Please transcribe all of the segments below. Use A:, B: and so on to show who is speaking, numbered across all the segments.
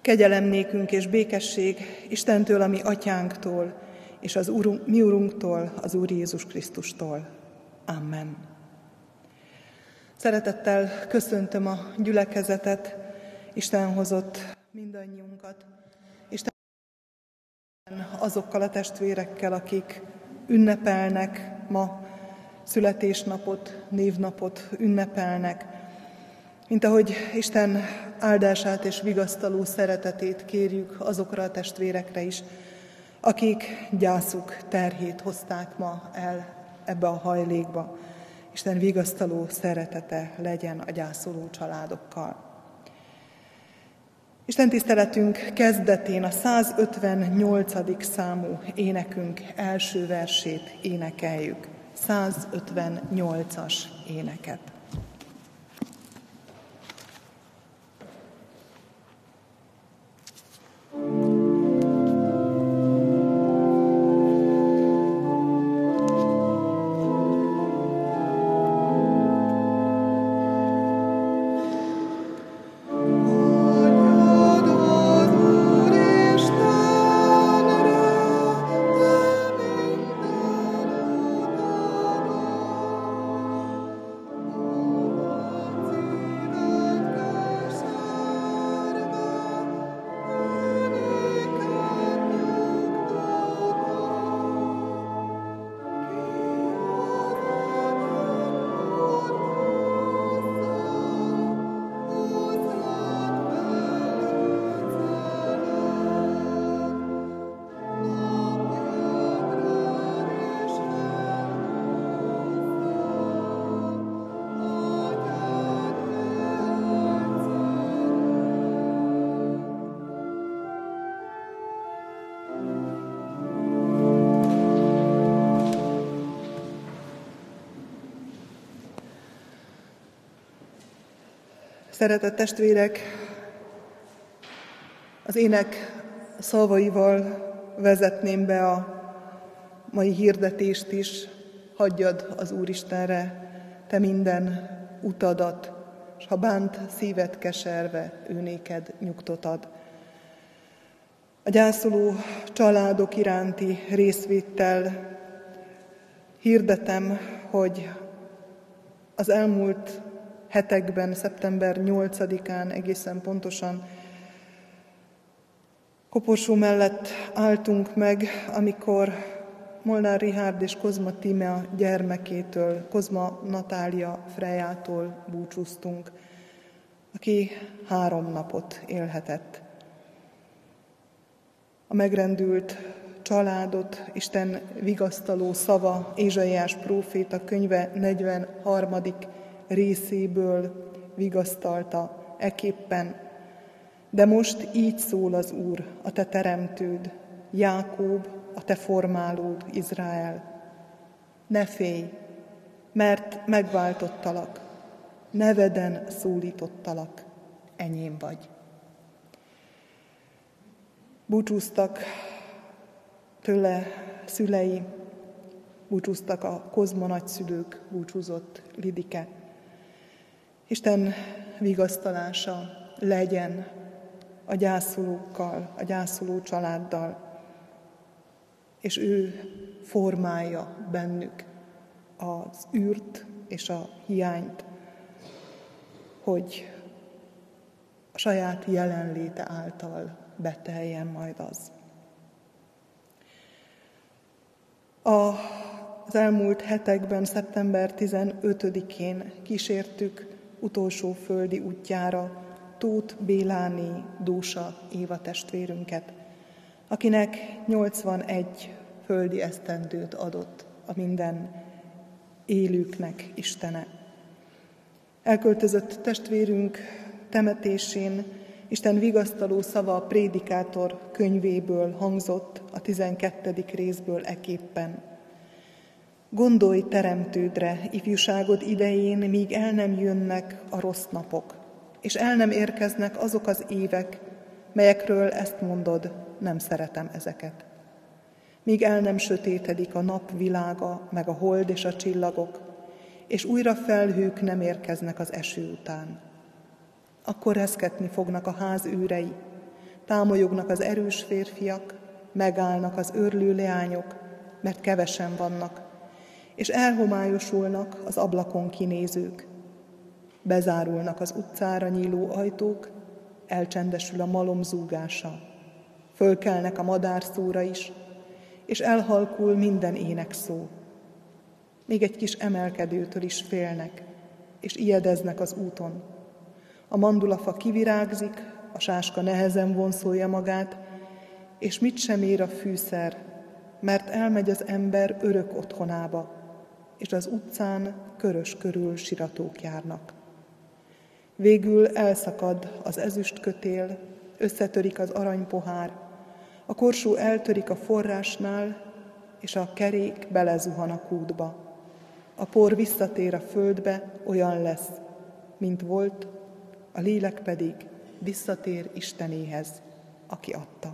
A: Kegyelem nékünk és békesség Istentől, a mi atyánktól, és az mi Urunktól, az Úr Jézus Krisztustól. Amen. Szeretettel köszöntöm a gyülekezetet, Isten hozott mindannyiunkat, Isten azokkal a testvérekkel, akik ünnepelnek ma, születésnapot, névnapot ünnepelnek, mint ahogy Isten áldását és vigasztaló szeretetét kérjük azokra a testvérekre is, akik gyászuk terhét hozták ma el ebbe a hajlékba. Isten vigasztaló szeretete legyen a gyászoló családokkal. Isten tiszteletünk kezdetén a 158. számú énekünk első versét énekeljük. 158-as éneket. Szeretett testvérek, az ének szavaival vezetném be a mai hirdetést is. Hagyjad az Úristenre te minden utadat, s ha bánt szíved keserve, ő néked nyugtot ad. A gyászoló családok iránti részvéttel hirdetem, hogy az elmúlt hetekben, szeptember 8-án egészen pontosan koporsó mellett álltunk meg, amikor Molnár Richárd és Kozma Tímea gyermekétől, Kozma Natália Frejától búcsúztunk, aki 3 napot élhetett. A megrendült családot Isten vigasztaló szava Ézsaiás próféta könyve 43. részéből vigasztalta eképpen: de most így szól az Úr, a te teremtőd, Jákób, a te formálód, Izrael. Ne félj, mert megváltottalak, neveden szólítottalak, enyém vagy. Búcsúztak tőle szülei, búcsúztak a Kozma nagyszülők, búcsúzott Lidike. Isten vigasztalása legyen a gyászolókkal, a gyászoló családdal, és ő formálja bennük az űrt és a hiányt, hogy a saját jelenléte által beteljen majd az. Az elmúlt hetekben, szeptember 15-én kísértük utolsó földi útjára Tóth Béláné Dósa Éva testvérünket, akinek 81 földi esztendőt adott a minden élőknek Istene. Elköltözött testvérünk temetésén Isten vigasztaló szava a Prédikátor könyvéből hangzott, a 12. részből eképpen: gondolj teremtődre ifjúságod idején, míg el nem jönnek a rossz napok, és el nem érkeznek azok az évek, melyekről ezt mondod, nem szeretem ezeket. Míg el nem sötétedik a nap világa, meg a hold és a csillagok, és újra felhők nem érkeznek az eső után. Akkor reszketni fognak a ház őrei, támolyognak az erős férfiak, megállnak az őrlő leányok, mert kevesen vannak, és elhomályosulnak az ablakon kinézők. Bezárulnak az utcára nyíló ajtók, elcsendesül a malom zúgása. Fölkelnek a madárszóra is, és elhalkul minden énekszó. Még egy kis emelkedőtől is félnek, és ijedeznek az úton. A mandulafa kivirágzik, a sáska nehezen vonszolja magát, és mit sem ér a fűszer, mert elmegy az ember örök otthonába, és az utcán körös körül siratók járnak. Végül elszakad az ezüstkötél, összetörik az aranypohár, a korsó eltörik a forrásnál, és a kerék belezuhan a kútba. A por visszatér a földbe, olyan lesz, mint volt, a lélek pedig visszatér Istenéhez, aki adta.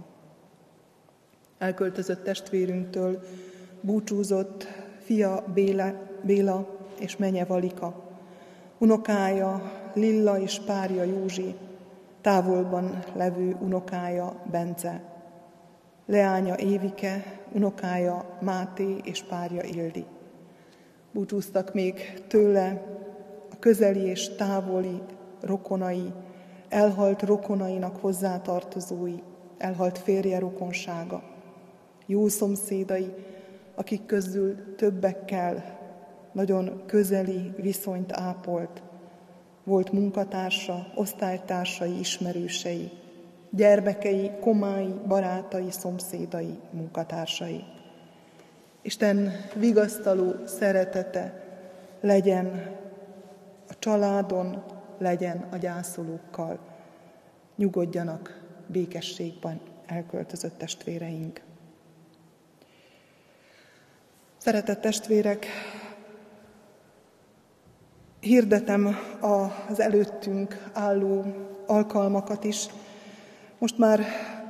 A: Elköltözött testvérünktől búcsúzott fia Béla és menye Valika, unokája Lilla és párja Józsi, távolban levő unokája Bence, leánya Évike, unokája Máté és párja Ildi. Búcsúztak még tőle a közeli és távoli rokonai, elhalt rokonainak hozzátartozói, elhalt férje rokonsága, jó szomszédai, akik közül többekkel nagyon közeli viszonyt ápolt. Volt munkatársa, osztálytársai, ismerősei, gyermekei, komái, barátai, szomszédai, munkatársai. Isten vigasztaló szeretete legyen a családon, legyen a gyászolókkal. Nyugodjanak békességben elköltözött testvéreink. Szeretett testvérek, hirdetem az előttünk álló alkalmakat is. Most már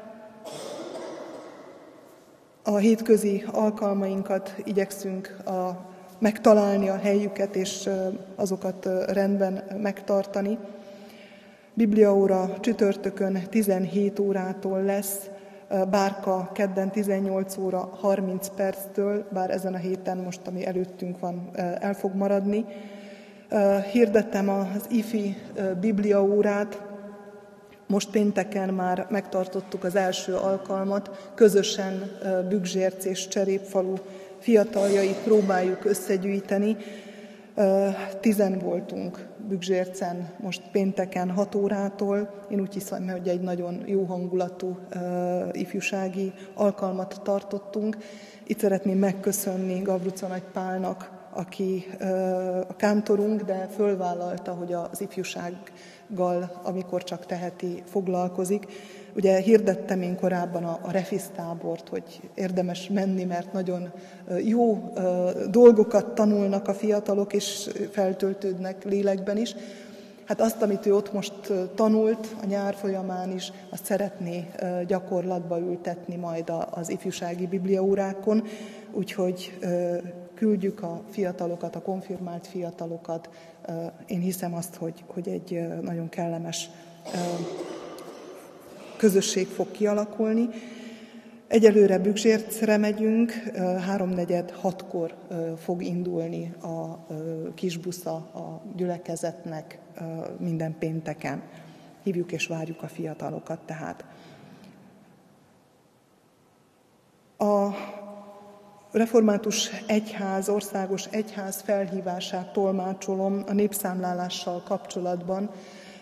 A: a hétközi alkalmainkat igyekszünk megtalálni a helyüket, és azokat rendben megtartani. Bibliaóra csütörtökön 17 órától lesz, bárka kedden 18 óra 30 perctől, bár ezen a héten most, ami előttünk van, el fog maradni. Hirdettem az ifi bibliaórát, most pénteken már megtartottuk az első alkalmat, közösen Bükzsérc és Cserépfalu fiataljait próbáljuk összegyűjteni. 10 voltunk Bükzsércen most pénteken 6 órától. Én úgy hiszem, hogy egy nagyon jó hangulatú ifjúsági alkalmat tartottunk. Itt szeretném megköszönni Gavruca Nagy Pálnak, aki a kántorunk, de fölvállalta, hogy az ifjúsággal, amikor csak teheti, foglalkozik. Ugye hirdettem én korábban a refisztábort, hogy érdemes menni, mert nagyon jó dolgokat tanulnak a fiatalok, és feltöltődnek lélekben is. Hát azt, amit ő ott most tanult a nyár folyamán is, azt szeretné gyakorlatba ültetni majd az ifjúsági bibliaórákon, úgyhogy küldjük a fiatalokat, a konfirmált fiatalokat. Én hiszem azt, hogy egy nagyon kellemes közösség fog kialakulni. Egyelőre Bükzsércre megyünk, 3:46-kor fog indulni a kisbusza a gyülekezetnek minden pénteken. Hívjuk és várjuk a fiatalokat tehát. A Református Egyház, Országos Egyház felhívását tolmácsolom a népszámlálással kapcsolatban.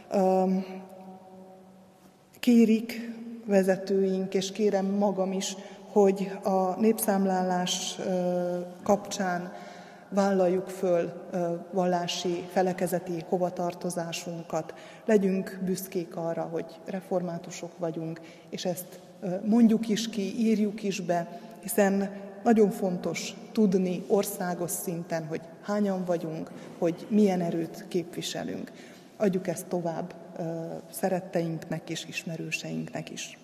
A: Kérik vezetőink, és kérem magam is, hogy a népszámlálás kapcsán vállaljuk föl vallási, felekezeti hovatartozásunkat. Legyünk büszkék arra, hogy reformátusok vagyunk, és ezt mondjuk is ki, írjuk is be, hiszen nagyon fontos tudni országos szinten, hogy hányan vagyunk, hogy milyen erőt képviselünk. Adjuk ezt tovább szeretteinknek és ismerőseinknek is.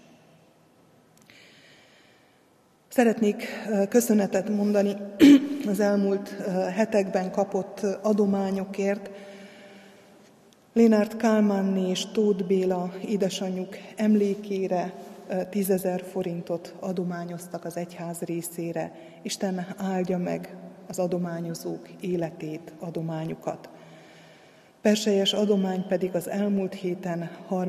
A: Szeretnék köszönetet mondani az elmúlt hetekben kapott adományokért. Lénárt Kálmánné és Tóth Béla édesanyjuk emlékére 10 000 forintot adományoztak az egyház részére. Isten áldja meg az adományozók életét, adományukat. Perselyes adomány pedig az elmúlt héten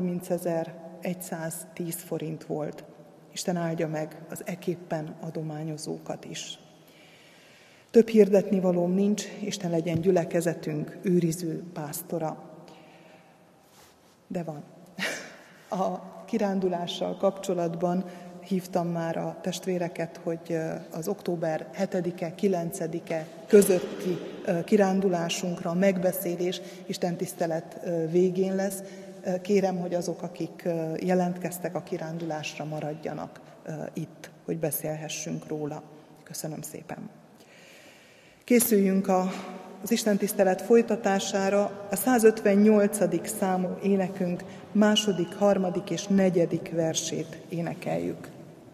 A: 30.110 forint volt. Isten áldja meg az eképpen adományozókat is. Több hirdetnivalóm nincs, Isten legyen gyülekezetünk őriző pásztora. De van. A kirándulással kapcsolatban hívtam már a testvéreket, hogy az október 7-e, 9-e közötti kirándulásunkra a megbeszélés istentisztelet végén lesz. Kérem, hogy azok, akik jelentkeztek a kirándulásra, maradjanak itt, hogy beszélhessünk róla. Köszönöm szépen. Készüljünk az istentisztelet folytatására. A 158. számú énekünk 2., 3. és 4. versét énekeljük.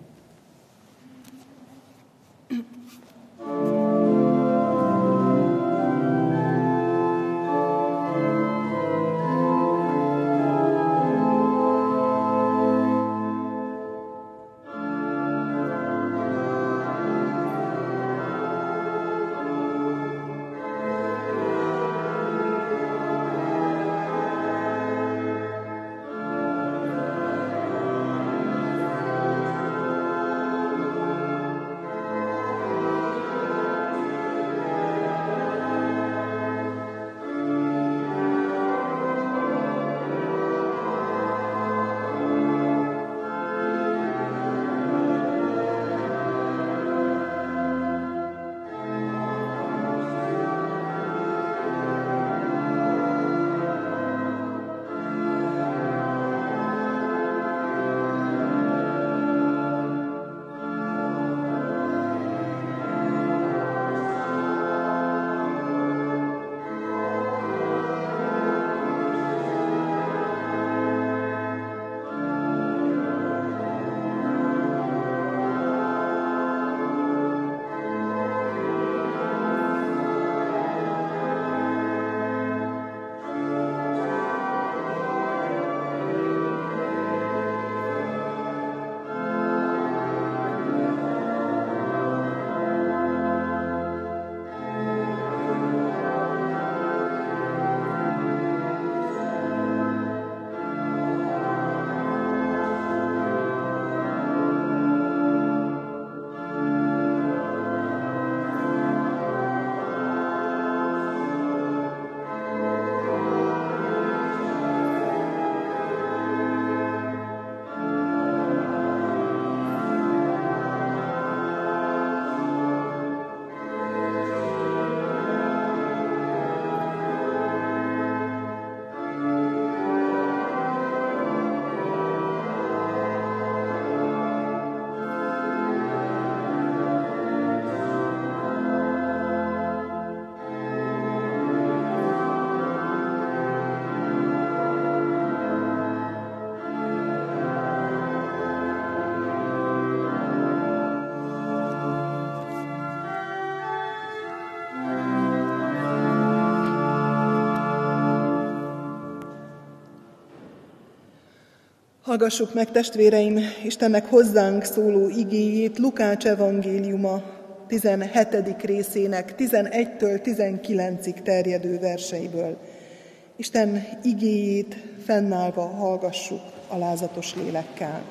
A: Hallgassuk meg, testvéreim, Istennek hozzánk szóló igéjét Lukács evangéliuma 17. részének 11-től 19-ig terjedő verseiből. Isten igéjét fennállva hallgassuk alázatos lélekkel.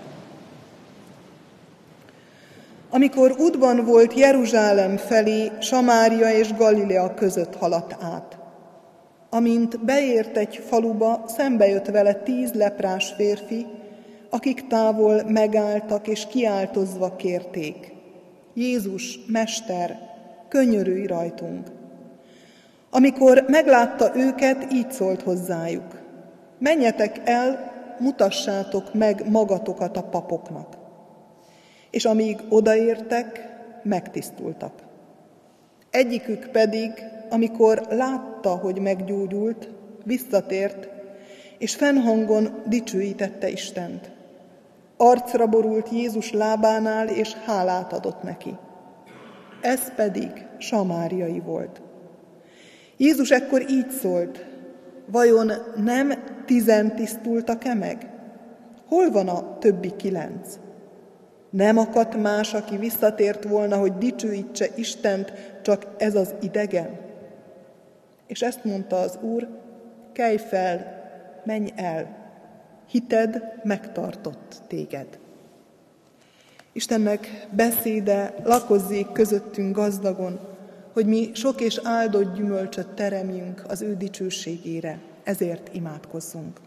A: Amikor útban volt Jeruzsálem felé, Samária és Galilea között haladt át. Amint beért egy faluba, szembejött vele 10 leprás férfi, akik távol megálltak és kiáltozva kérték: Jézus, Mester, könyörülj rajtunk! Amikor meglátta őket, így szólt hozzájuk: Menjetek el, mutassátok meg magatokat a papoknak. És amíg odaértek, megtisztultak. Egyikük pedig, amikor látta, hogy meggyógyult, visszatért, és fennhangon dicsőítette Istent. Arcra borult Jézus lábánál, és hálát adott neki. Ez pedig samáriai volt. Jézus ekkor így szólt: Vajon nem 10 tisztultak-e meg? Hol van a többi 9? Nem akadt más, aki visszatért volna, hogy dicsőítse Istent, csak ez az idegen? És ezt mondta az Úr: kelj fel, menj el, hited megtartott téged. Istennek beszéde lakozzék közöttünk gazdagon, hogy mi sok és áldott gyümölcsöt teremjünk az ő dicsőségére, ezért imádkozzunk.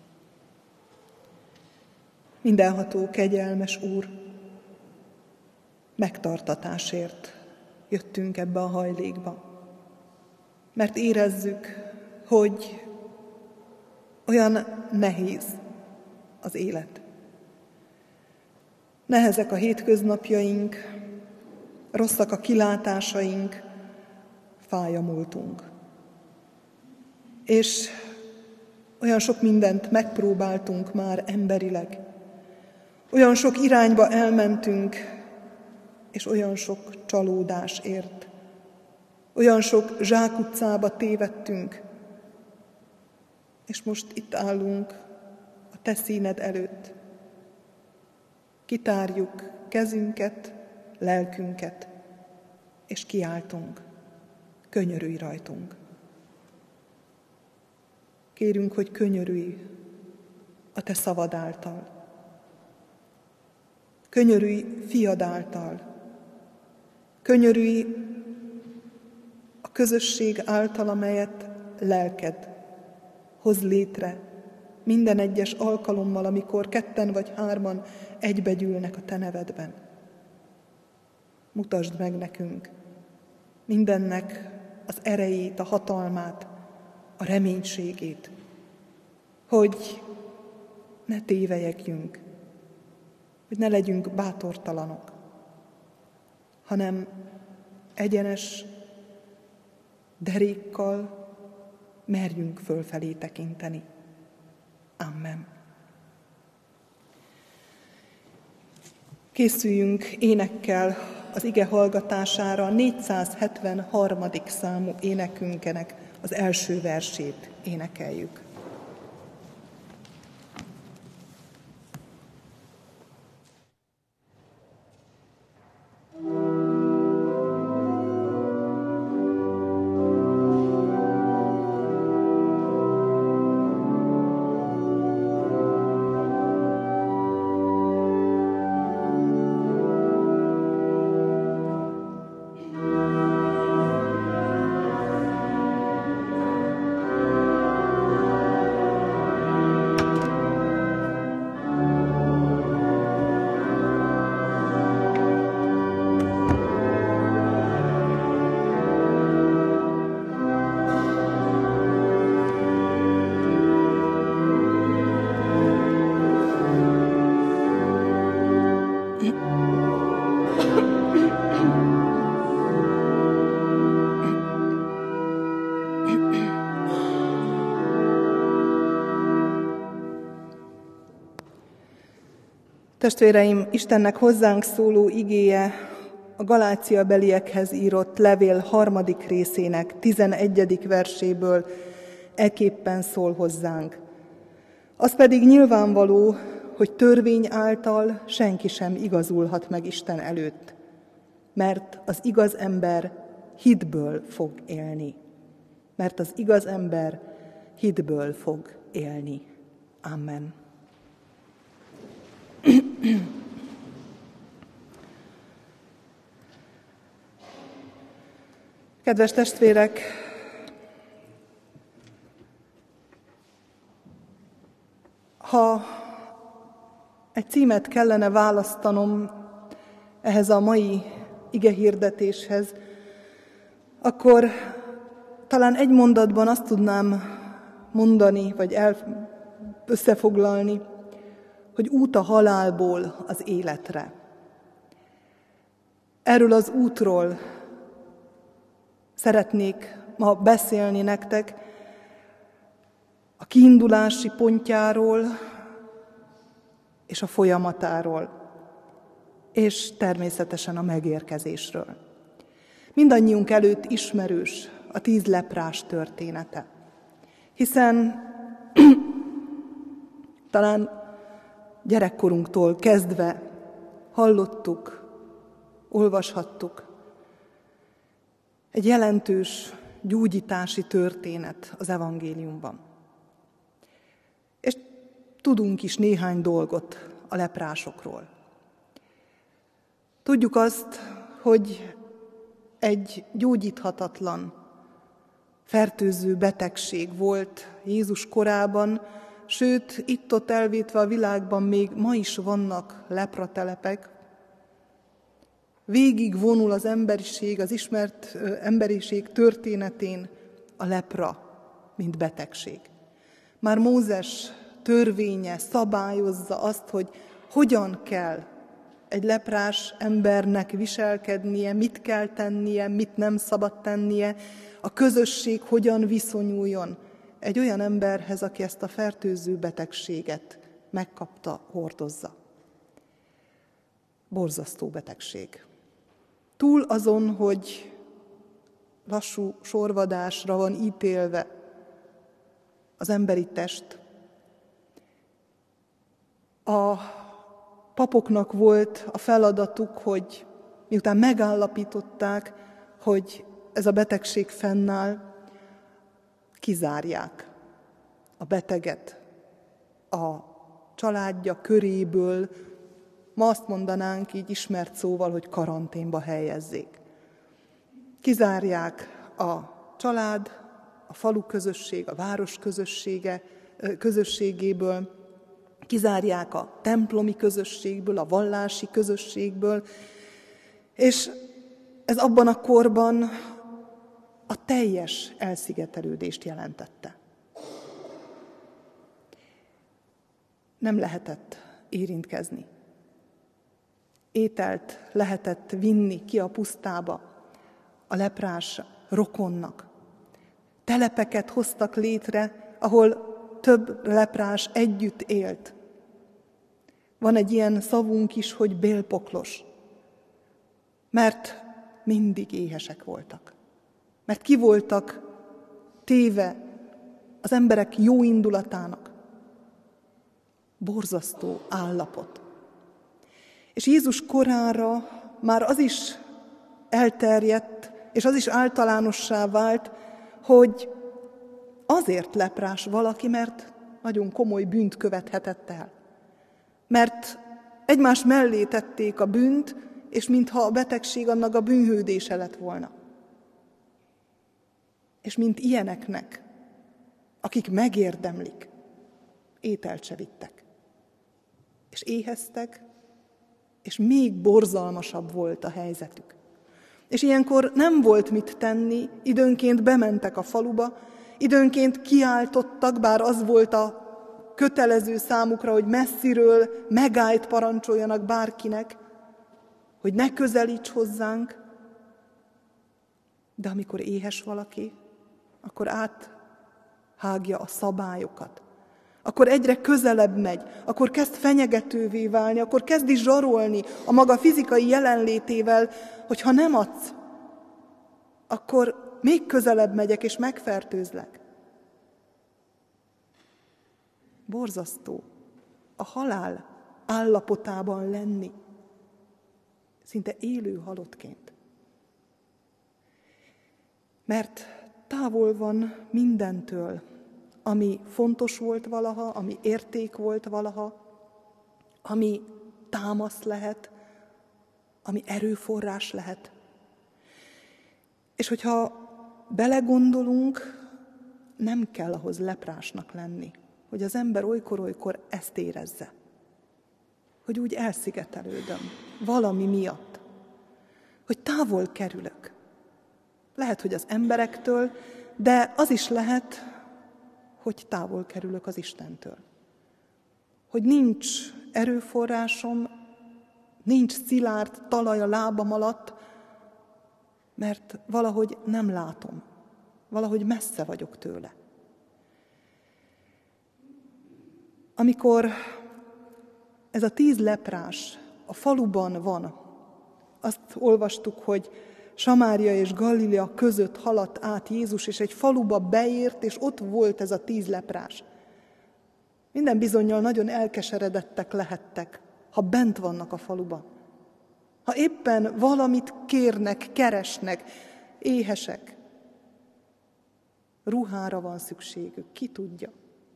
A: Mindenható, kegyelmes Úr, megtartatásért jöttünk ebbe a hajlékba, mert érezzük, hogy olyan nehéz az élet. Nehezek a hétköznapjaink, rosszak a kilátásaink, fáj a múltunk. És olyan sok mindent megpróbáltunk már emberileg, olyan sok irányba elmentünk, és olyan sok csalódás ért, olyan sok zsákutcába tévedtünk, és most itt állunk a te színed előtt. Kitárjuk kezünket, lelkünket, és kiáltunk: könyörülj rajtunk. Kérünk, hogy könyörülj a te szavad által. Könyörülj fiad által. Könyörülj a közösség által, amelyet lelked hoz létre minden egyes alkalommal, amikor 2 vagy 3 egybegyűlnek a te nevedben. Mutasd meg nekünk mindennek az erejét, a hatalmát, a reménységét, hogy ne tévejegjünk, hogy ne legyünk bátortalanok, hanem egyenes derékkal merjünk fölfelé tekinteni. Amen. Készüljünk énekkel az ige hallgatására, a 473. számú énekünkenek az első versét énekeljük. Testvéreim, Istennek hozzánk szóló igéje a Galáciabeliekhez írott levél 3. részének 11. verséből ekképpen szól hozzánk. Az pedig nyilvánvaló, hogy törvény által senki sem igazulhat meg Isten előtt, mert az igaz ember hitből fog élni. Mert az igaz ember hitből fog élni. Amen. Kedves testvérek, ha egy címet kellene választanom ehhez a mai igehirdetéshez, akkor talán egy mondatban azt tudnám mondani, vagy összefoglalni, hogy út a halálból az életre. Erről az útról szeretnék ma beszélni nektek, a kiindulási pontjáról és a folyamatáról, és természetesen a megérkezésről. Mindannyiunk előtt ismerős a 10 leprás története, hiszen talán gyerekkorunktól kezdve hallottuk, olvashattuk. Egy jelentős gyógyítási történet az evangéliumban. És tudunk is néhány dolgot a leprásokról. Tudjuk azt, hogy egy gyógyíthatatlan, fertőző betegség volt Jézus korában, sőt, itt-ott elvétve a világban még ma is vannak lepratelepek. Végig vonul az emberiség, az ismert emberiség történetén a lepra, mint betegség. Már Mózes törvénye szabályozza azt, hogy hogyan kell egy leprás embernek viselkednie, mit kell tennie, mit nem szabad tennie, a közösség hogyan viszonyuljon egy olyan emberhez, aki ezt a fertőző betegséget megkapta, hordozza. Borzasztó betegség. Túl azon, hogy lassú sorvadásra van ítélve az emberi test, a papoknak volt a feladatuk, hogy miután megállapították, hogy ez a betegség fennáll, kizárják a beteget a családja köréből, ma azt mondanánk így ismert szóval, hogy karanténba helyezzék. Kizárják a család, a falu közösség, a város közösségéből, kizárják a templomi közösségből, a vallási közösségből, és ez abban a korban a teljes elszigetelődést jelentette. Nem lehetett érintkezni. Ételt lehetett vinni ki a pusztába a leprás rokonnak. Telepeket hoztak létre, ahol több leprás együtt élt. Van egy ilyen szavunk is, hogy bélpoklos, mert mindig éhesek voltak. Mert ki voltak téve az emberek jó indulatának. Borzasztó állapot. És Jézus korára már az is elterjedt, és az is általánossá vált, hogy azért leprás valaki, mert nagyon komoly bűnt követhetett el. Mert egymás mellé tették a bűnt, és mintha a betegség annak a bűnhődése lett volna. És mint ilyeneknek, akik megérdemlik, ételt se vittek. És éheztek, és még borzalmasabb volt a helyzetük. És ilyenkor nem volt mit tenni, időnként bementek a faluba, időnként kiáltottak, bár az volt a kötelező számukra, hogy messziről megállt parancsoljanak bárkinek, hogy ne közelíts hozzánk, de amikor éhes valaki, akkor áthágja a szabályokat. Akkor egyre közelebb megy, akkor kezd fenyegetővé válni, akkor kezd is zsarolni a maga fizikai jelenlétével, hogy ha nem adsz, akkor még közelebb megyek és megfertőzlek. Borzasztó a halál állapotában lenni, szinte élő halottként. Mert távol van mindentől, ami fontos volt valaha, ami érték volt valaha, ami támasz lehet, ami erőforrás lehet. És hogyha belegondolunk, nem kell ahhoz leprásnak lenni, hogy az ember olykor-olykor ezt érezze. Hogy úgy elszigetelődöm valami miatt. Hogy távol kerülök. Lehet, hogy az emberektől, de az is lehet, hogy távol kerülök az Istentől. Hogy nincs erőforrásom, nincs szilárd talaj a lábam alatt, mert valahogy nem látom, valahogy messze vagyok tőle. Amikor ez a 10 leprás a faluban van, azt olvastuk, hogy Samária és Galilea között haladt át Jézus, és egy faluba beért, és ott volt ez a 10 leprás. Minden bizonnyal nagyon elkeseredettek lehettek, ha bent vannak a faluban. ha éppen valamit kérnek, keresnek, éhesek, ruhára van szükségük, ki tudja.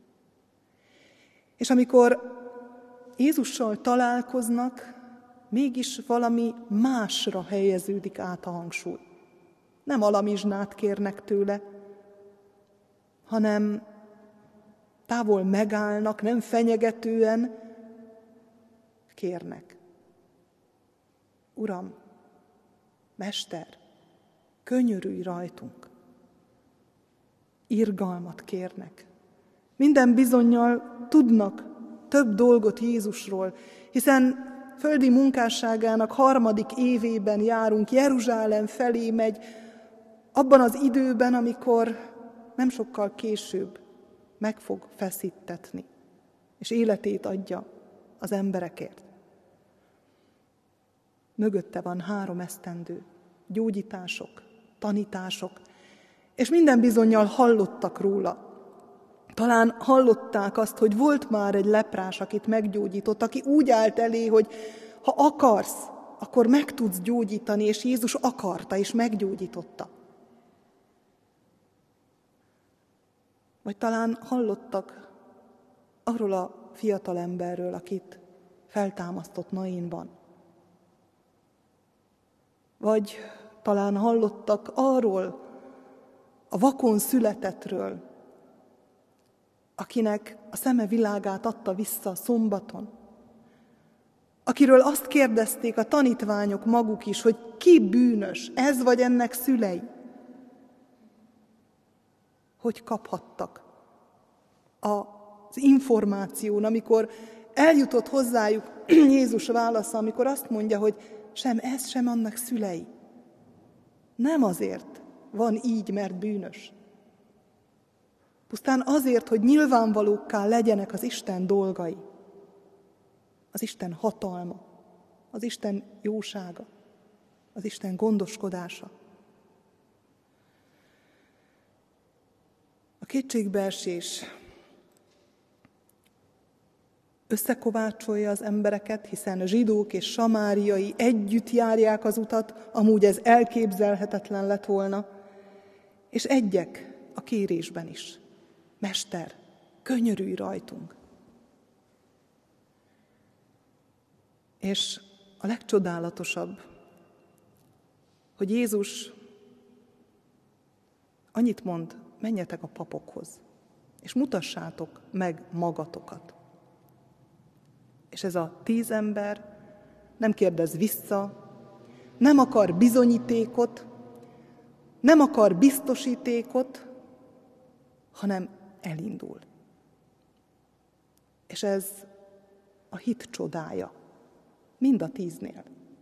A: És amikor Jézussal találkoznak, mégis valami másra helyeződik át a hangsúly. Nem alamizsnát kérnek tőle, hanem távol megállnak, nem fenyegetően kérnek. Uram, Mester, könyörülj rajtunk. Irgalmat kérnek. Minden bizonnyal tudnak több dolgot Jézusról, hiszen földi munkásságának 3. évében járunk, Jeruzsálem felé megy, abban az időben, amikor nem sokkal később meg fog feszítetni, és életét adja az emberekért. Mögötte van 3 esztendő, gyógyítások, tanítások, és minden bizonnyal hallottak róla. Talán hallották azt, hogy volt már egy leprás, akit meggyógyított, aki úgy állt elé, hogy ha akarsz, akkor meg tudsz gyógyítani, és Jézus akarta, és meggyógyította. Vagy talán hallottak arról a fiatalemberről, akit feltámasztott Nainban. Vagy talán hallottak arról a vakon születettről, akinek a szeme világát adta vissza szombaton, akiről azt kérdezték a tanítványok maguk is, hogy ki bűnös, ez vagy ennek szülei. Hogy kaphattak az információn, amikor eljutott hozzájuk Jézus válasza, amikor azt mondja, hogy sem ez, sem annak szülei. Nem azért van így, mert bűnös. Pusztán azért, hogy nyilvánvalókká legyenek az Isten dolgai, az Isten hatalma, az Isten jósága, az Isten gondoskodása. A kétségbeesés összekovácsolja az embereket, hiszen a zsidók és samáriai együtt járják az utat, amúgy ez elképzelhetetlen lett volna, és egyek a kérésben is. Mester, könyörülj rajtunk! És a legcsodálatosabb, hogy Jézus annyit mond, menjetek a papokhoz, és mutassátok meg magatokat. És ez a 10 ember nem kérdez vissza, nem akar bizonyítékot, nem akar biztosítékot, hanem elindul. És ez a hit csodája, mind a 10-nél.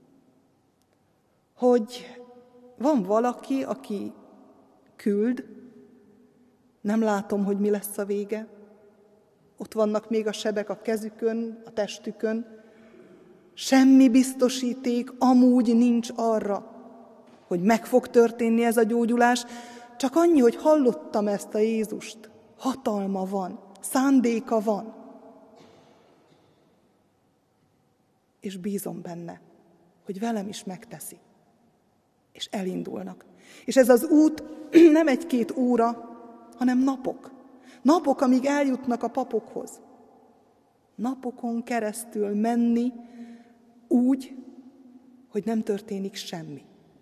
A: Hogy van valaki, aki küld, nem látom, hogy mi lesz a vége, ott vannak még a sebek a kezükön, a testükön, semmi biztosíték amúgy nincs arra, hogy meg fog történni ez a gyógyulás, csak annyi, hogy hallottam ezt a Jézust, hatalma van, szándéka van, és bízom benne, hogy velem is megteszi, és elindulnak. És ez az út nem 1-2 óra, hanem napok. Napok, amíg eljutnak a papokhoz. Napokon keresztül menni úgy, hogy nem történik semmi.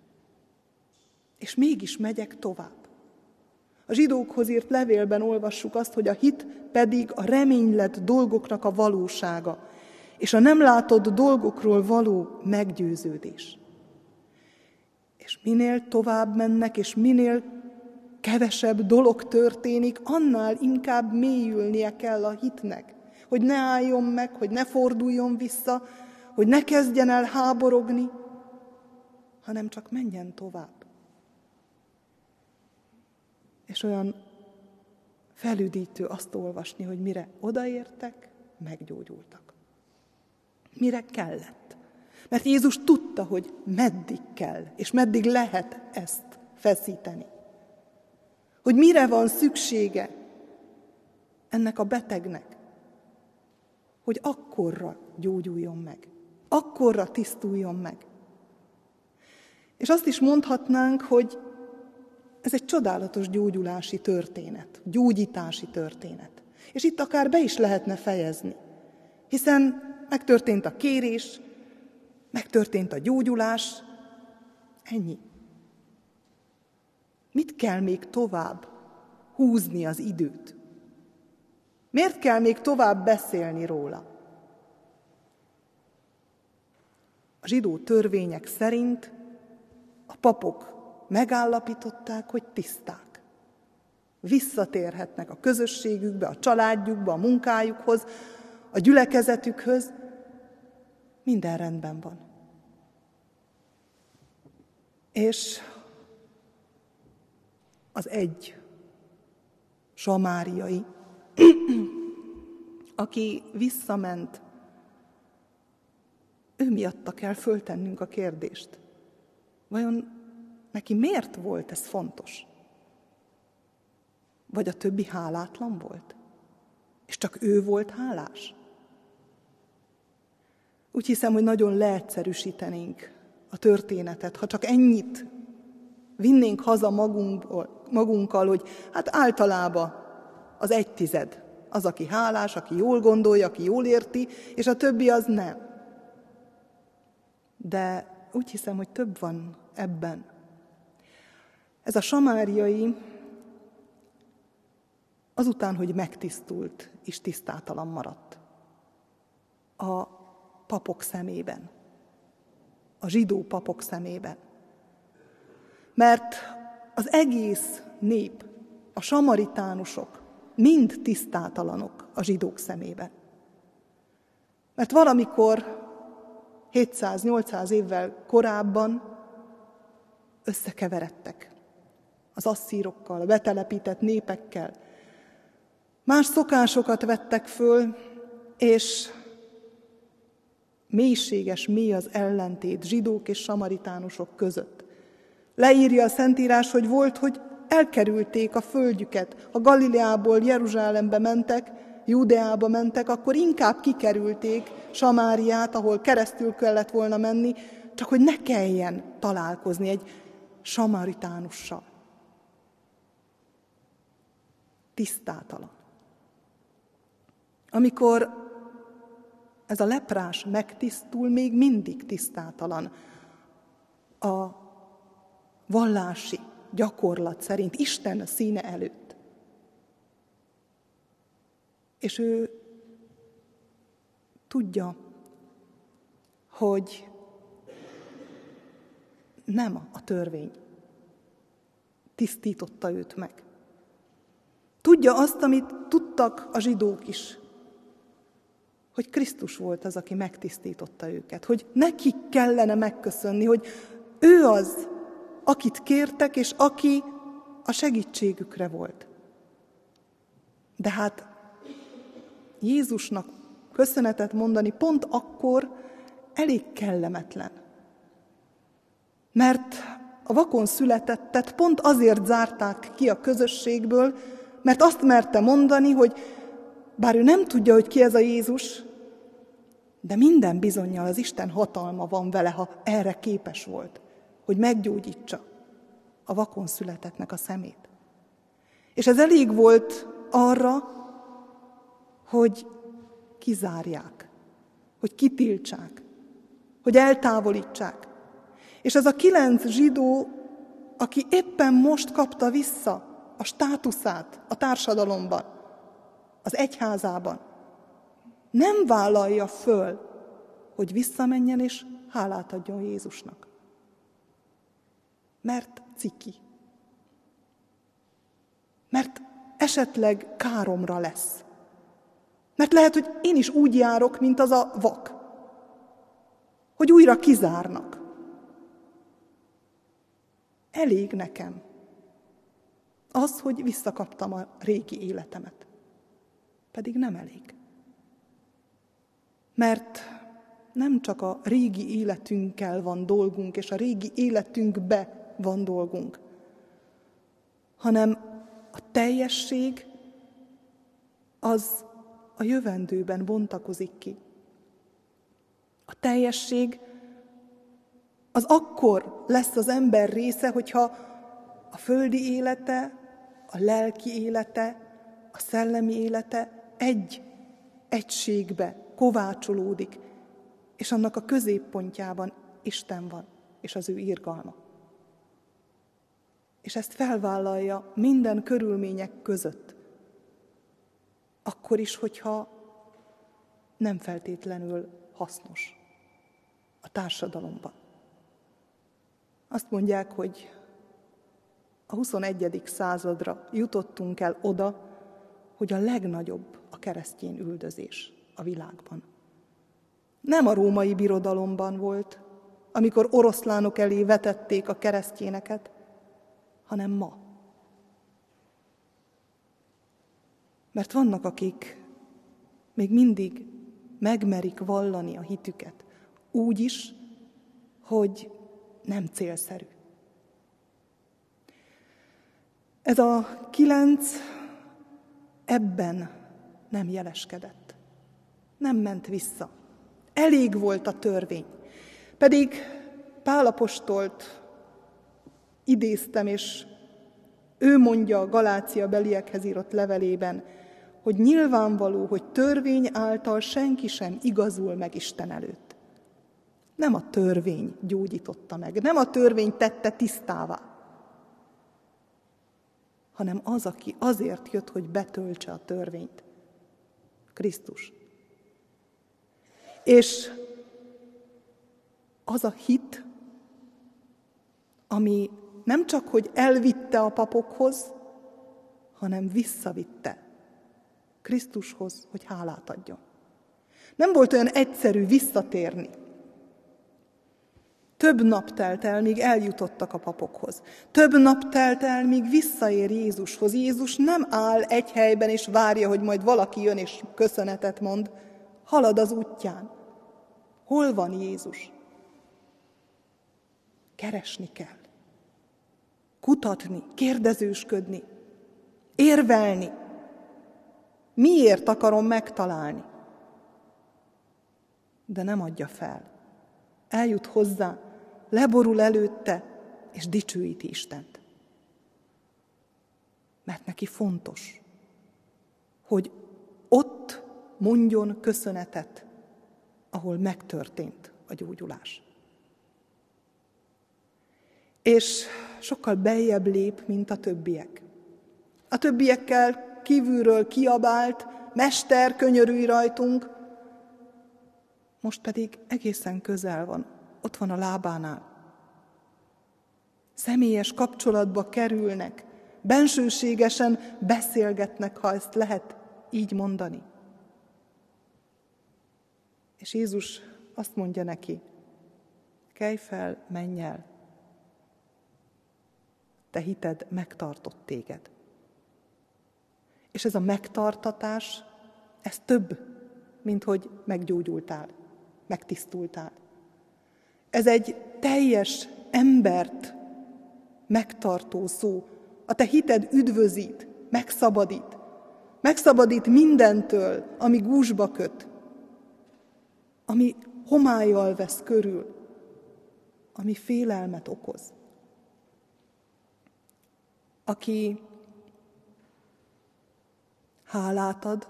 A: És mégis megyek tovább. A zsidókhoz írt levélben olvassuk azt, hogy a hit pedig a reménylett dolgoknak a valósága, és a nem látott dolgokról való meggyőződés. És minél tovább mennek, és minél kevesebb dolog történik, annál inkább mélyülnie kell a hitnek. Hogy ne álljon meg, hogy ne forduljon vissza, hogy ne kezdjen el háborogni, hanem csak menjen tovább. És olyan felüdítő azt olvasni, hogy mire odaértek, meggyógyultak. Mire kellett? Mert Jézus tudta, hogy meddig kell, és meddig lehet ezt feszíteni. Hogy mire van szüksége ennek a betegnek, hogy akkorra gyógyuljon meg, akkorra tisztuljon meg. És azt is mondhatnánk, hogy ez egy csodálatos gyógyulási történet, gyógyítási történet. És itt akár be is lehetne fejezni, hiszen megtörtént a kérés, megtörtént a gyógyulás, ennyi. Mit kell még tovább húzni az időt? Miért kell még tovább beszélni róla? A zsidó törvények szerint a papok megállapították, hogy tiszták. Visszatérhetnek a közösségükbe, a családjukba, a munkájukhoz, a gyülekezetükhöz. Minden rendben van. És az egy samáriai, aki visszament, ő miatta kell föltennünk a kérdést. Vajon neki miért volt ez fontos? Vagy a többi hálátlan volt? És csak ő volt hálás? Úgy hiszem, hogy nagyon leegyszerűsítenénk a történetet, ha csak ennyit vinnénk haza magunkkal, hogy hát általában az 1/10 az, aki hálás, aki jól gondolja, aki jól érti, és a többi az nem. De úgy hiszem, hogy több van ebben. Ez a samáriai azután, hogy megtisztult, és tisztátalan maradt a papok szemében, a zsidó papok szemében. Mert az egész nép, a samaritánusok mind tisztátalanok a zsidók szemében. Mert valamikor 700-800 évvel korábban összekeveredtek az asszírokkal, a betelepített népekkel. Más szokásokat vettek föl, és mély az ellentét zsidók és samaritánusok között. Leírja a Szentírás, hogy volt, hogy elkerülték a földjüket. Ha Galileából Jeruzsálembe mentek, Júdeába mentek, akkor inkább kikerülték Samáriát, ahol keresztül kellett volna menni, csak hogy ne kelljen találkozni egy samaritánussal. Tisztátalan. Amikor ez a leprás megtisztul, még mindig tisztátalan a vallási gyakorlat szerint, Isten színe előtt. És ő tudja, hogy nem a törvény tisztította őt meg. Tudja azt, amit tudtak a zsidók is, hogy Krisztus volt az, aki megtisztította őket, hogy nekik kellene megköszönni, hogy ő az, akit kértek, és aki a segítségükre volt. De hát Jézusnak köszönetet mondani pont akkor elég kellemetlen. Mert a vakon születettet pont azért zárták ki a közösségből, mert azt merte mondani, hogy bár ő nem tudja, hogy ki ez a Jézus, de minden bizonnyal az Isten hatalma van vele, ha erre képes volt, hogy meggyógyítsa a vakon születettnek a szemét. És ez elég volt arra, hogy kizárják, hogy kitiltsák, hogy eltávolítsák. És ez a 9 zsidó, aki éppen most kapta vissza a státuszát a társadalomban, az egyházában, nem vállalja föl, hogy visszamenjen és hálát adjon Jézusnak. Mert ciki. Mert esetleg káromra lesz. Mert lehet, hogy én is úgy járok, mint az a vak, hogy újra kizárnak. Elég nekem az, hogy visszakaptam a régi életemet. Pedig nem elég. Mert nem csak a régi életünkkel van dolgunk, és a régi életünkbe van dolgunk, hanem a teljesség az a jövendőben bontakozik ki. A teljesség az akkor lesz az ember része, hogyha a földi élete, a lelki élete, a szellemi élete egy egységbe kovácsolódik, és annak a középpontjában Isten van, és az ő irgalma. És ezt felvállalja minden körülmények között. Akkor is, hogyha nem feltétlenül hasznos a társadalomban. Azt mondják, hogy a 21. századra jutottunk el oda, hogy a legnagyobb a keresztény üldözés a világban. Nem a római birodalomban volt, amikor oroszlánok elé vetették a keresztényeket, hanem ma. Mert vannak, akik még mindig megmerik vallani a hitüket, úgy is, hogy nem célszerű. Ez a 9 ebben nem jeleskedett. Nem ment vissza. Elég volt a törvény. Pedig Pál apostolt idéztem, és ő mondja a Galácia beliekhez írott levelében, hogy nyilvánvaló, hogy törvény által senki sem igazul meg Isten előtt. Nem a törvény gyógyította meg, nem a törvény tette tisztává, hanem az, aki azért jött, hogy betöltse a törvényt. Krisztus. És az a hit, ami nem csak, hogy elvitte a papokhoz, hanem visszavitte Krisztushoz, hogy hálát adjon. Nem volt olyan egyszerű visszatérni. Több nap telt el, míg eljutottak a papokhoz. Több nap telt el, míg visszaér Jézushoz. Jézus nem áll egy helyben és várja, hogy majd valaki jön és köszönetet mond. Halad az útján. Hol van Jézus? Keresni kell. Kutatni, kérdezősködni, érvelni. Miért akarom megtalálni? De nem adja fel. Eljut hozzá, leborul előtte, és dicsőíti Istent. Mert neki fontos, hogy ott mondjon köszönetet, ahol megtörtént a gyógyulás. És sokkal beljebb lép, mint a többiek. A többiekkel kívülről kiabált, Mester, könyörülj rajtunk, most pedig egészen közel van, ott van a lábánál. Személyes kapcsolatba kerülnek, bensőségesen beszélgetnek, ha ezt lehet így mondani. És Jézus azt mondja neki, kelj fel, menj el, te hited megtartott téged. És ez a megtartatás, ez több, mint hogy meggyógyultál, megtisztultál. Ez egy teljes embert megtartó szó. A te hited üdvözít, megszabadít. Megszabadít mindentől, ami gúzsba köt, ami homállyal vesz körül, ami félelmet okoz. Aki hálát ad,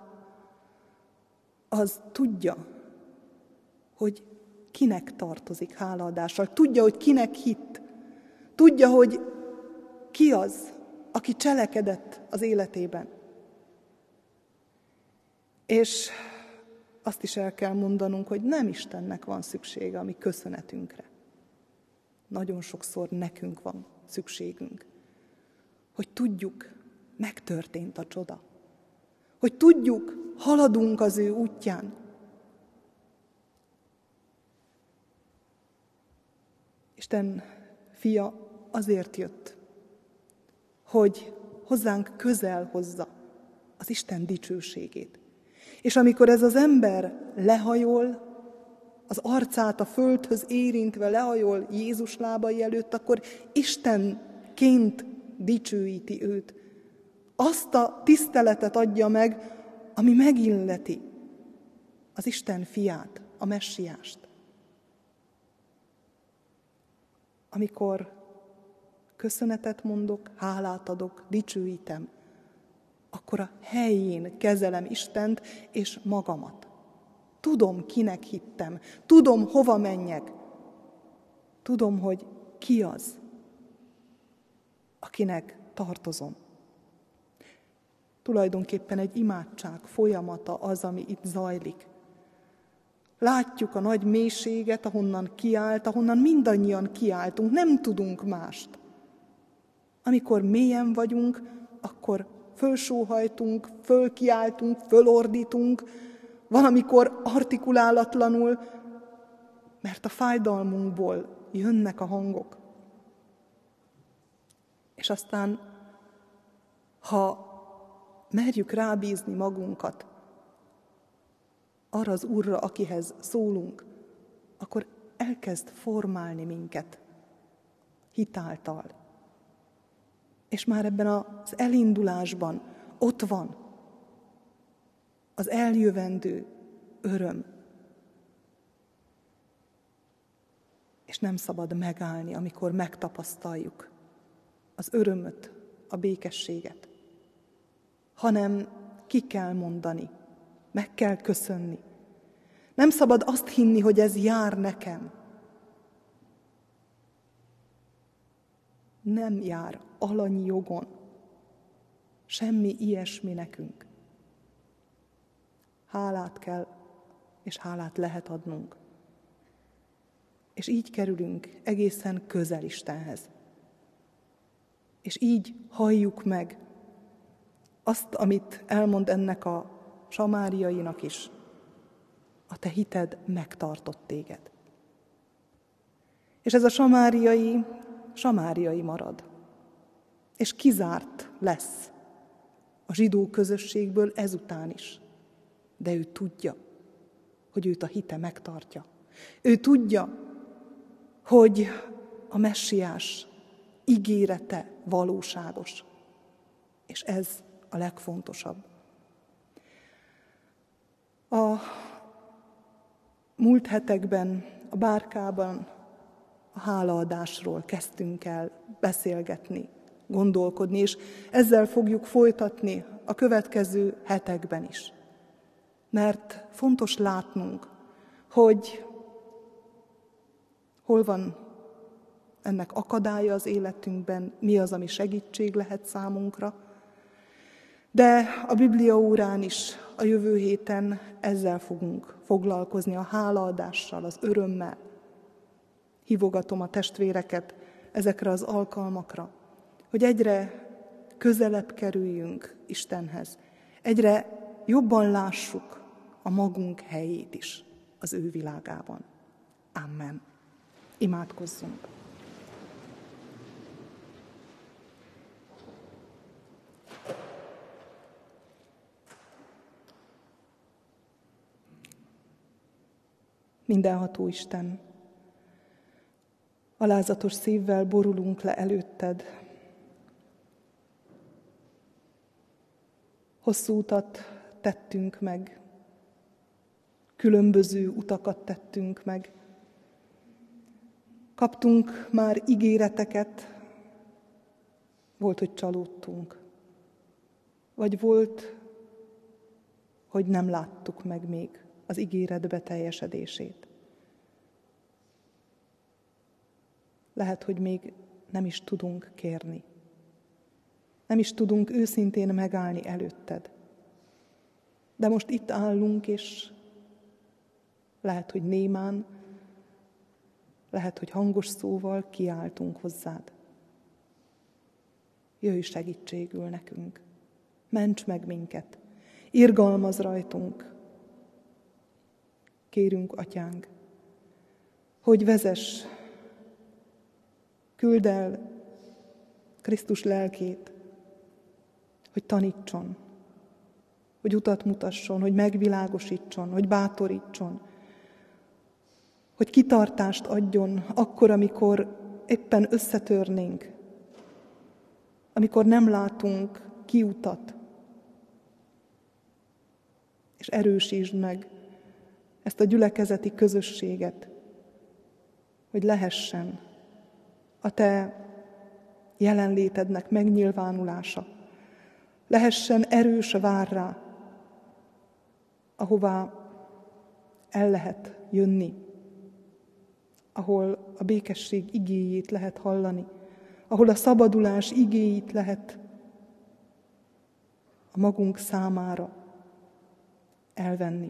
A: az tudja, hogy kinek tartozik hálaadással. Tudja, hogy kinek hitt. Tudja, hogy ki az, aki cselekedett az életében. És azt is el kell mondanunk, hogy nem Istennek van szüksége a mi köszönetünkre. Nagyon sokszor nekünk van szükségünk. Hogy tudjuk, megtörtént a csoda. Hogy tudjuk, haladunk az ő útján. Isten fia azért jött, hogy hozzánk közel hozza az Isten dicsőségét. És amikor ez az ember lehajol, az arcát a földhöz érintve lehajol Jézus lábai előtt, akkor Istenként dicsőíti őt. Azt a tiszteletet adja meg, ami megilleti az Isten fiát, a messiást. amikor köszönetet mondok, hálát adok, dicsőítem, akkor a helyén kezelem Istent és magamat. Tudom, kinek hittem, tudom, hova menjek, tudom, hogy ki az, akinek tartozom. Tulajdonképpen egy imádság folyamata az, ami itt zajlik. Látjuk a nagy mélységet, ahonnan kiált, ahonnan mindannyian kiáltunk, nem tudunk mást. Amikor mélyen vagyunk, akkor fölsóhajtunk, fölkiáltunk, fölordítunk, valamikor artikulálatlanul, mert a fájdalmunkból jönnek a hangok. És aztán, ha merjük rábízni magunkat arra az Úrra, akihez szólunk, akkor elkezd formálni minket hitáltal. És már ebben az elindulásban ott van az eljövendő öröm. És nem szabad megállni, amikor megtapasztaljuk az örömöt, a békességet, hanem ki kell mondani, meg kell köszönni. Nem szabad azt hinni, hogy ez jár nekem. Nem jár alanyi jogon. Semmi ilyesmi nekünk. Hálát kell, és hálát lehet adnunk. És így kerülünk egészen közel Istenhez. És így halljuk meg azt, amit elmond ennek a samáriainak is. A te hited megtartott téged. És ez a samáriai marad. És kizárt lesz a zsidó közösségből ezután is. De ő tudja, hogy őt a hite megtartja. Ő tudja, hogy a messiás ígérete valóságos. És ez a legfontosabb. A múlt hetekben a bárkában a hálaadásról kezdtünk el beszélgetni, gondolkodni, és ezzel fogjuk folytatni a következő hetekben is. Mert fontos látnunk, hogy hol van ennek akadálya az életünkben, mi az, ami segítség lehet számunkra, de a Biblia órán is a jövő héten ezzel fogunk foglalkozni, a hálaadással, az örömmel. Hívogatom a testvéreket ezekre az alkalmakra, hogy egyre közelebb kerüljünk Istenhez, egyre jobban lássuk a magunk helyét is az ő világában. Amen. Imádkozzunk. Mindenható Isten, alázatos szívvel borulunk le előtted. Hosszú utat tettünk meg, különböző utakat tettünk meg. Kaptunk már ígéreteket, volt, hogy csalódtunk, vagy volt, hogy nem láttuk meg még az ígéret beteljesedését. Lehet, hogy még nem is tudunk kérni. Nem is tudunk őszintén megállni előtted. De most itt állunk, és lehet, hogy némán, lehet, hogy hangos szóval kiáltunk hozzád. Jöjj segítségül nekünk. Ments meg minket. Irgalmazz rajtunk. Kérünk, Atyánk, hogy vezess, küld el Krisztus lelkét, hogy tanítson, hogy utat mutasson, hogy megvilágosítson, hogy bátorítson, hogy kitartást adjon akkor, amikor éppen összetörnénk, amikor nem látunk kiutat, és erősítsd meg ezt a gyülekezeti közösséget, hogy lehessen a Te jelenlétednek megnyilvánulása. Lehessen erős várrá, ahová el lehet jönni, ahol a békesség igéjét lehet hallani, ahol a szabadulás igéjét lehet a magunk számára elvenni.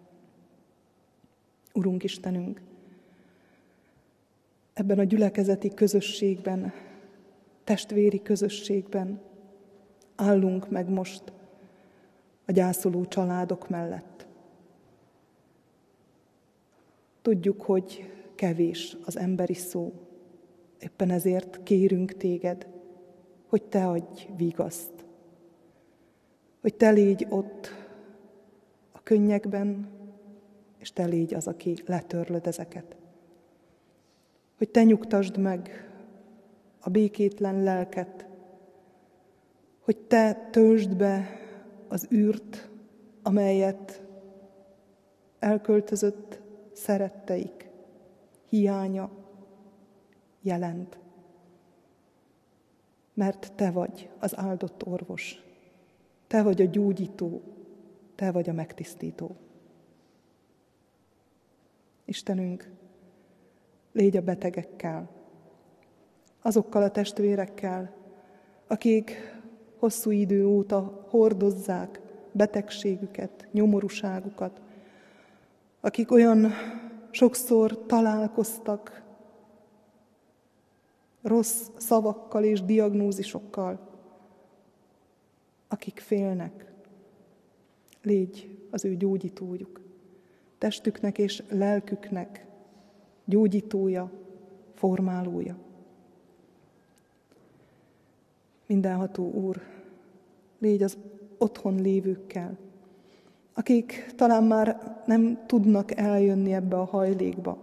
A: Urunk Istenünk, ebben a gyülekezeti közösségben, testvéri közösségben állunk meg most a gyászoló családok mellett. Tudjuk, hogy kevés az emberi szó, éppen ezért kérünk Téged, hogy Te adj vigaszt, hogy Te légy ott a könnyekben, és Te légy az, aki letörlöd ezeket. Hogy Te nyugtasd meg a békétlen lelket, hogy Te töltsd be az űrt, amelyet elköltözött szeretteik hiánya jelent. Mert Te vagy az áldott orvos, Te vagy a gyógyító, Te vagy a megtisztító. Istenünk, légy a betegekkel, azokkal a testvérekkel, akik hosszú idő óta hordozzák betegségüket, nyomorúságukat, akik olyan sokszor találkoztak rossz szavakkal és diagnózisokkal, akik félnek. Légy az ő gyógyítójuk, testüknek és lelküknek gyógyítója, formálója. Mindenható Úr, légy az otthon lévőkkel, akik talán már nem tudnak eljönni ebbe a hajlékba,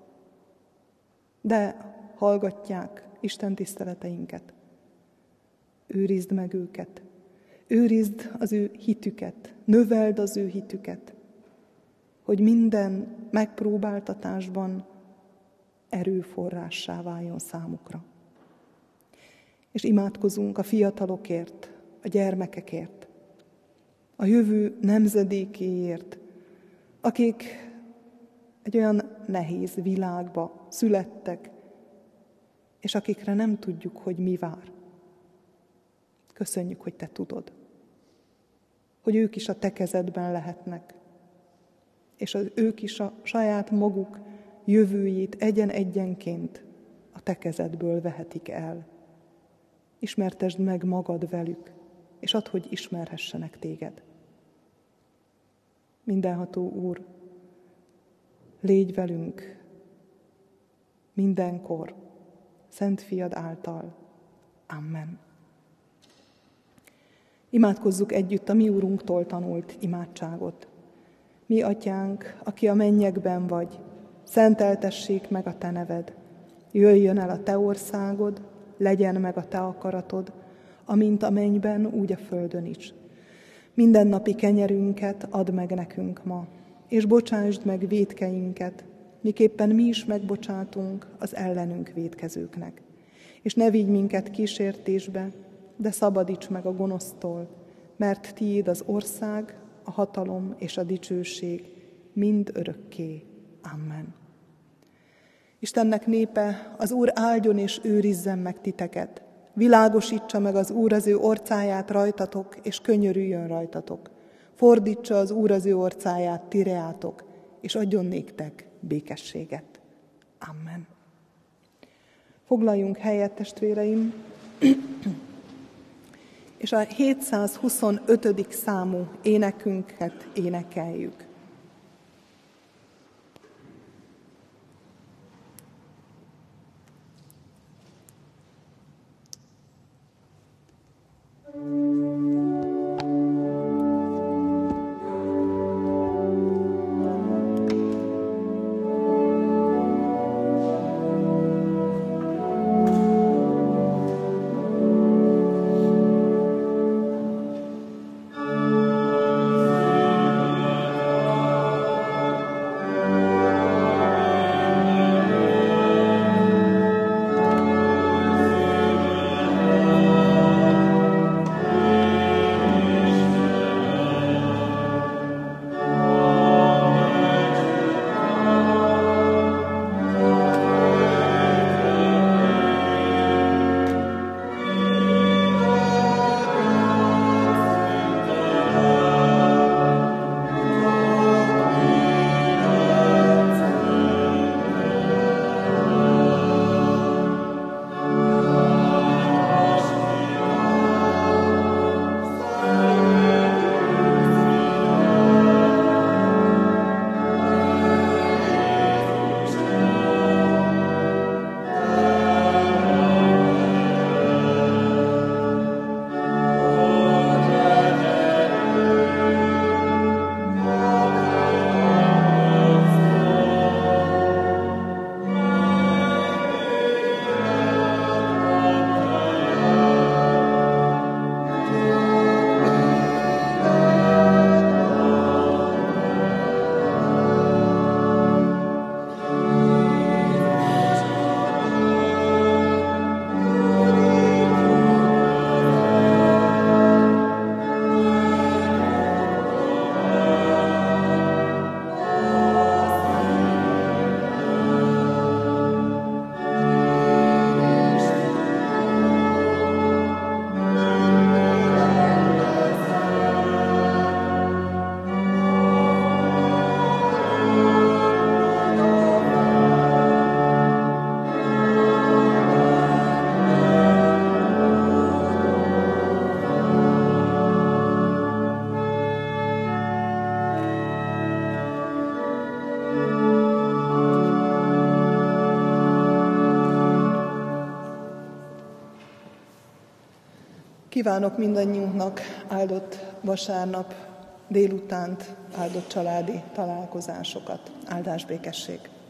A: de hallgatják Isten tiszteleteinket. Őrizd meg őket, őrizd az ő hitüket, növeld az ő hitüket, hogy minden megpróbáltatásban erőforrássá váljon számukra. És imádkozunk a fiatalokért, a gyermekekért, a jövő nemzedékéért, akik egy olyan nehéz világba születtek, és akikre nem tudjuk, hogy mi vár. Köszönjük, hogy Te tudod, hogy ők is a Te kezedben lehetnek, és ők is a saját maguk jövőjét egyen-egyenként a Te kezedből vehetik el. Ismertesd meg magad velük, és add, hogy ismerhessenek Téged. Mindenható Úr, légy velünk mindenkor, Szent Fiad által. Amen. Imádkozzuk együtt a mi Úrunktól tanult imádságot. Mi Atyánk, aki a mennyekben vagy, szenteltessék meg a Te neved. Jöjjön el a Te országod, legyen meg a Te akaratod, amint a mennyben, úgy a földön is. Mindennapi kenyerünket add meg nekünk ma, és bocsásd meg vétkeinket, miképpen mi is megbocsátunk az ellenünk vétkezőknek. És ne vigy minket kísértésbe, de szabadíts meg a gonosztól, mert Tiéd az ország, a hatalom és a dicsőség mind örökké. Amen. Istennek népe, az Úr áldjon és őrizzen meg titeket. Világosítsa meg az Úr az ő orcáját rajtatok, és könyörüljön rajtatok. Fordítsa az Úr az ő orcáját ti reátok, és adjon néktek békességet. Amen. Foglaljunk helyet, testvéreim, és a 725. számú énekünket énekeljük. Kívánok mindannyiunknak áldott vasárnap délutánt, áldott családi találkozásokat. Áldás békesség!